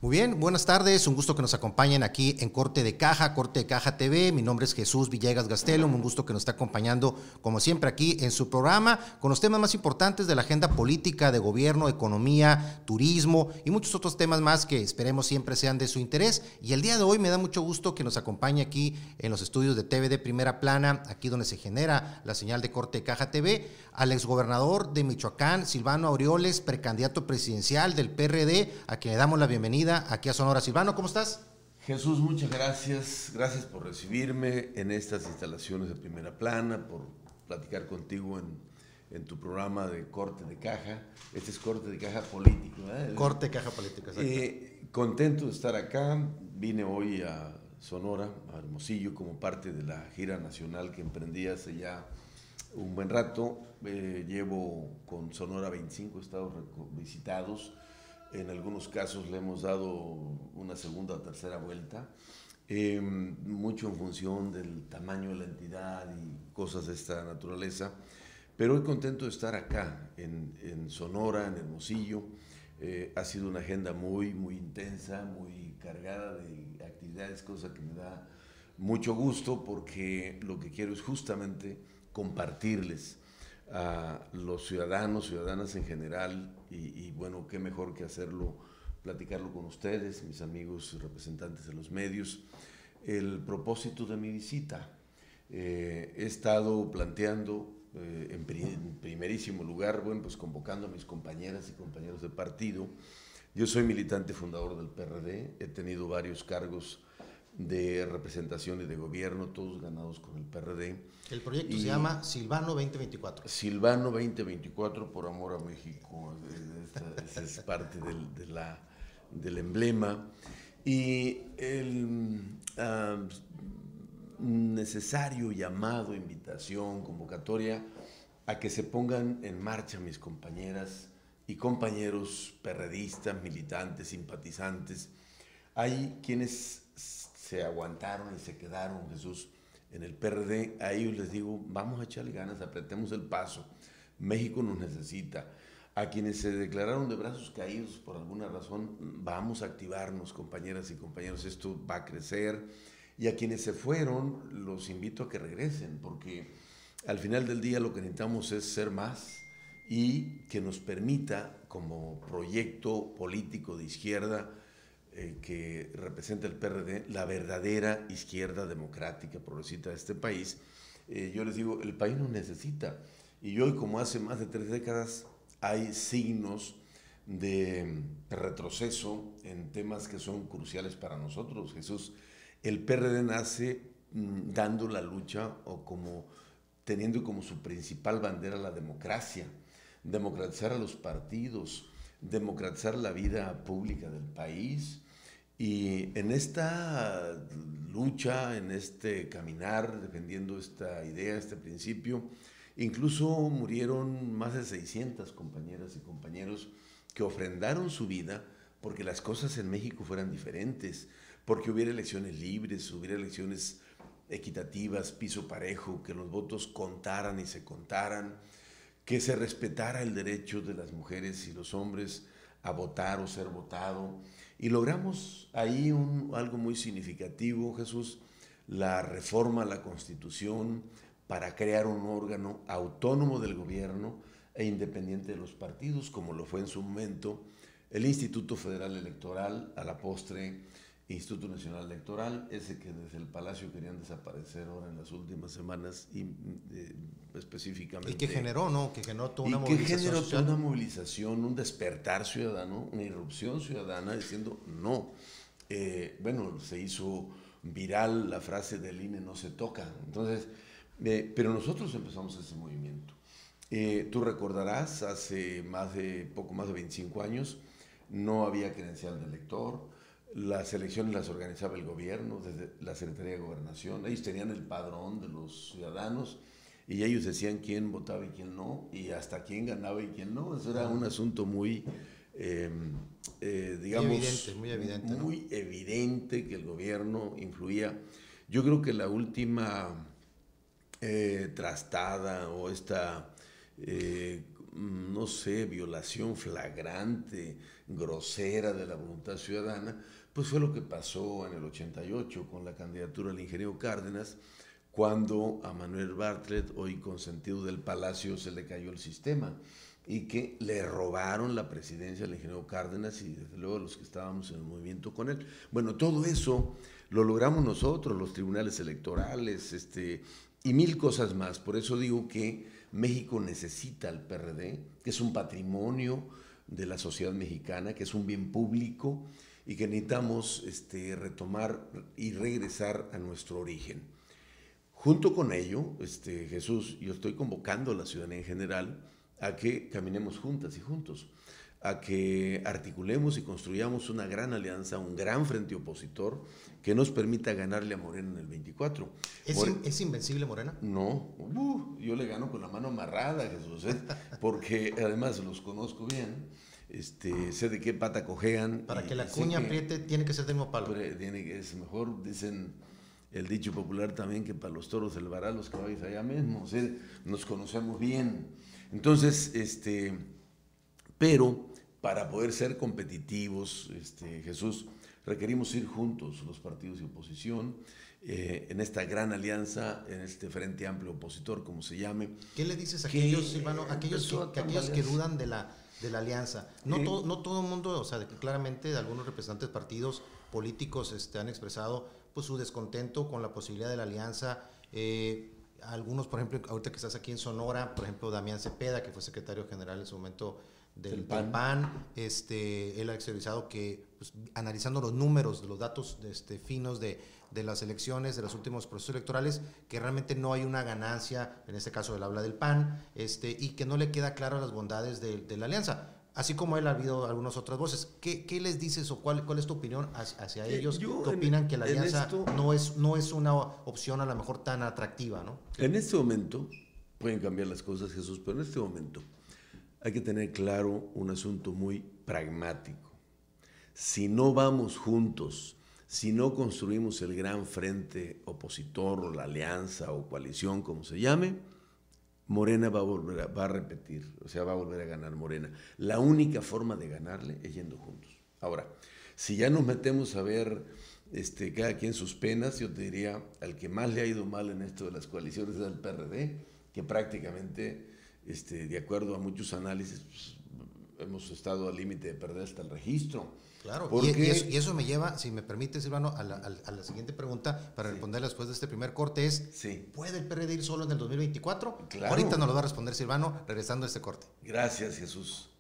Muy bien, buenas tardes, un gusto que nos acompañen aquí en Corte de Caja TV. Mi nombre es Jesús Villegas Gastelum, un gusto que nos está acompañando como siempre aquí en su programa con los temas más importantes de la agenda política, de gobierno, economía, turismo y muchos otros temas más que esperemos siempre sean de su interés. Y el día de hoy me da mucho gusto que nos acompañe aquí en los estudios de TVD Primera Plana, aquí donde se genera la señal de Corte de Caja TV, al exgobernador de Michoacán, Silvano Aureoles, precandidato presidencial del PRD, a quien le damos la bienvenida aquí a Sonora. Silvano, ¿cómo estás? Jesús, muchas gracias. Gracias por recibirme en estas instalaciones de Primera Plana, por platicar contigo en tu programa de Corte de Caja. Este es Corte de Caja Político, ¿eh? Corte de Caja Política, exacto. Contento de estar acá. Vine hoy a Sonora, a Hermosillo, como parte de la gira nacional que emprendí hace ya un buen rato. Llevo con Sonora 25 estados visitados. En algunos casos le hemos dado una segunda o tercera vuelta, mucho en función del tamaño de la entidad y cosas de esta naturaleza. Pero hoy contento de estar acá, en Sonora, en Hermosillo. Ha sido una agenda muy, muy intensa, muy cargada de actividades, cosa que me da mucho gusto porque lo que quiero es justamente compartirles a los ciudadanos, ciudadanas en general, y bueno, qué mejor que hacerlo, platicarlo con ustedes, mis amigos y representantes de los medios, el propósito de mi visita. He estado planteando en primerísimo lugar, bueno, pues convocando a mis compañeras y compañeros de partido. Yo soy militante fundador del PRD, he tenido varios cargos de representación y de gobierno, todos ganados con el PRD. El proyecto se llama Silvano 2024. Silvano 2024, por amor a México, esa es parte del emblema. Y el necesario llamado, invitación, convocatoria a que se pongan en marcha mis compañeras y compañeros perredistas, militantes, simpatizantes. Hay quienes se aguantaron y se quedaron, Jesús, en el PRD. A ellos les digo, vamos a echarle ganas, apretemos el paso. México nos necesita. A quienes se declararon de brazos caídos por alguna razón, vamos a activarnos, compañeras y compañeros, esto va a crecer. Y a quienes se fueron, los invito a que regresen, porque al final del día lo que necesitamos es ser más y que nos permita, como proyecto político de izquierda, que representa el PRD, la verdadera izquierda democrática, progresista de este país. Yo les digo, el país nos necesita. Y hoy, como hace más de 3 décadas, hay signos de retroceso en temas que son cruciales para nosotros. Jesús, el PRD nace dando la lucha o como teniendo como su principal bandera la democracia, democratizar a los partidos, democratizar la vida pública del país. Y en esta lucha, en este caminar, defendiendo esta idea, este principio, incluso murieron más de 600 compañeras y compañeros que ofrendaron su vida porque las cosas en México fueran diferentes, porque hubiera elecciones libres, hubiera elecciones equitativas, piso parejo, que los votos contaran y se contaran, que se respetara el derecho de las mujeres y los hombres a votar o ser votado. Y logramos ahí algo muy significativo, Jesús, la reforma a la Constitución para crear un órgano autónomo del gobierno e independiente de los partidos, como lo fue en su momento el Instituto Federal Electoral, a la postre Instituto Nacional Electoral, ese que desde el Palacio querían desaparecer ahora en las últimas semanas, y específicamente. Y que generó, ¿no? Que generó toda una movilización. Y que generó social. toda una movilización, un despertar ciudadano, una irrupción ciudadana diciendo no. Bueno, se hizo viral la frase del INE no se toca. Entonces, pero nosotros empezamos ese movimiento. Tú recordarás, hace poco más de 25 años, no había credencial de elector. Las elecciones las organizaba el gobierno, desde la Secretaría de Gobernación. Ellos tenían el padrón de los ciudadanos y ellos decían quién votaba y quién no, y hasta quién ganaba y quién no. Eso era un asunto muy, digamos, muy evidente que el gobierno influía. Yo creo que la última trastada o esta no sé, violación flagrante, grosera de la voluntad ciudadana, pues fue lo que pasó en el 88 con la candidatura del ingeniero Cárdenas, cuando a Manuel Bartlett, hoy consentido del Palacio, se le cayó el sistema y que le robaron la presidencia al ingeniero Cárdenas y desde luego los que estábamos en el movimiento con él. Bueno, todo eso lo logramos nosotros, los tribunales electorales, y mil cosas más. Por eso digo que México necesita al PRD, que es un patrimonio de la sociedad mexicana, que es un bien público y que necesitamos retomar y regresar a nuestro origen. Junto con ello, Jesús, yo estoy convocando a la ciudadanía en general a que caminemos juntas y juntos, a que articulemos y construyamos una gran alianza, un gran frente opositor que nos permita ganarle a Morena en el 24. ¿Es invencible Morena? No, yo le gano con la mano amarrada, Jesús, porque además los conozco bien, sé de qué pata cojean. Para que la cuña apriete tiene que ser del mismo palo. Es mejor, dicen el dicho popular también, que para los toros el varal, los caballos allá mismo, nos conocemos bien. Entonces, pero para poder ser competitivos, Jesús, requerimos ir juntos los partidos de oposición en esta gran alianza, en este frente amplio opositor, como se llame. ¿Qué le dices a aquellos, Silvano, aquellos que dudan de la alianza? No todo el mundo, o sea, claramente algunos representantes de partidos políticos han expresado pues su descontento con la posibilidad de la alianza. Algunos, por ejemplo, ahorita que estás aquí en Sonora, por ejemplo, Damián Cepeda, que fue secretario general en su momento del PAN, él ha exteriorizado que, pues, analizando los números, los datos finos de las elecciones, de los últimos procesos electorales, que realmente no hay una ganancia, en este caso él habla del PAN, y que no le queda claro las bondades de la alianza. Así como él, ha habido algunas otras voces. ¿Qué les dices o cuál es tu opinión hacia ellos que opinan que la alianza no es una opción a lo mejor tan atractiva, ¿no? En este momento, pueden cambiar las cosas, Jesús, pero en este momento hay que tener claro un asunto muy pragmático. Si no vamos juntos, si no construimos el gran frente opositor o la alianza o coalición, como se llame, Morena va a repetir, o sea, va a volver a ganar Morena. La única forma de ganarle es yendo juntos. Ahora, si ya nos metemos a ver cada quien sus penas, yo te diría, al que más le ha ido mal en esto de las coaliciones es al PRD, que prácticamente, de acuerdo a muchos análisis, pues, hemos estado al límite de perder hasta el registro. Claro, y eso me lleva, si me permite, Silvano, a la siguiente pregunta para responderla después de este primer corte es, ¿puede el PRD ir solo en el 2024? Claro. Ahorita nos lo va a responder Silvano, regresando a este corte. Gracias, Jesús.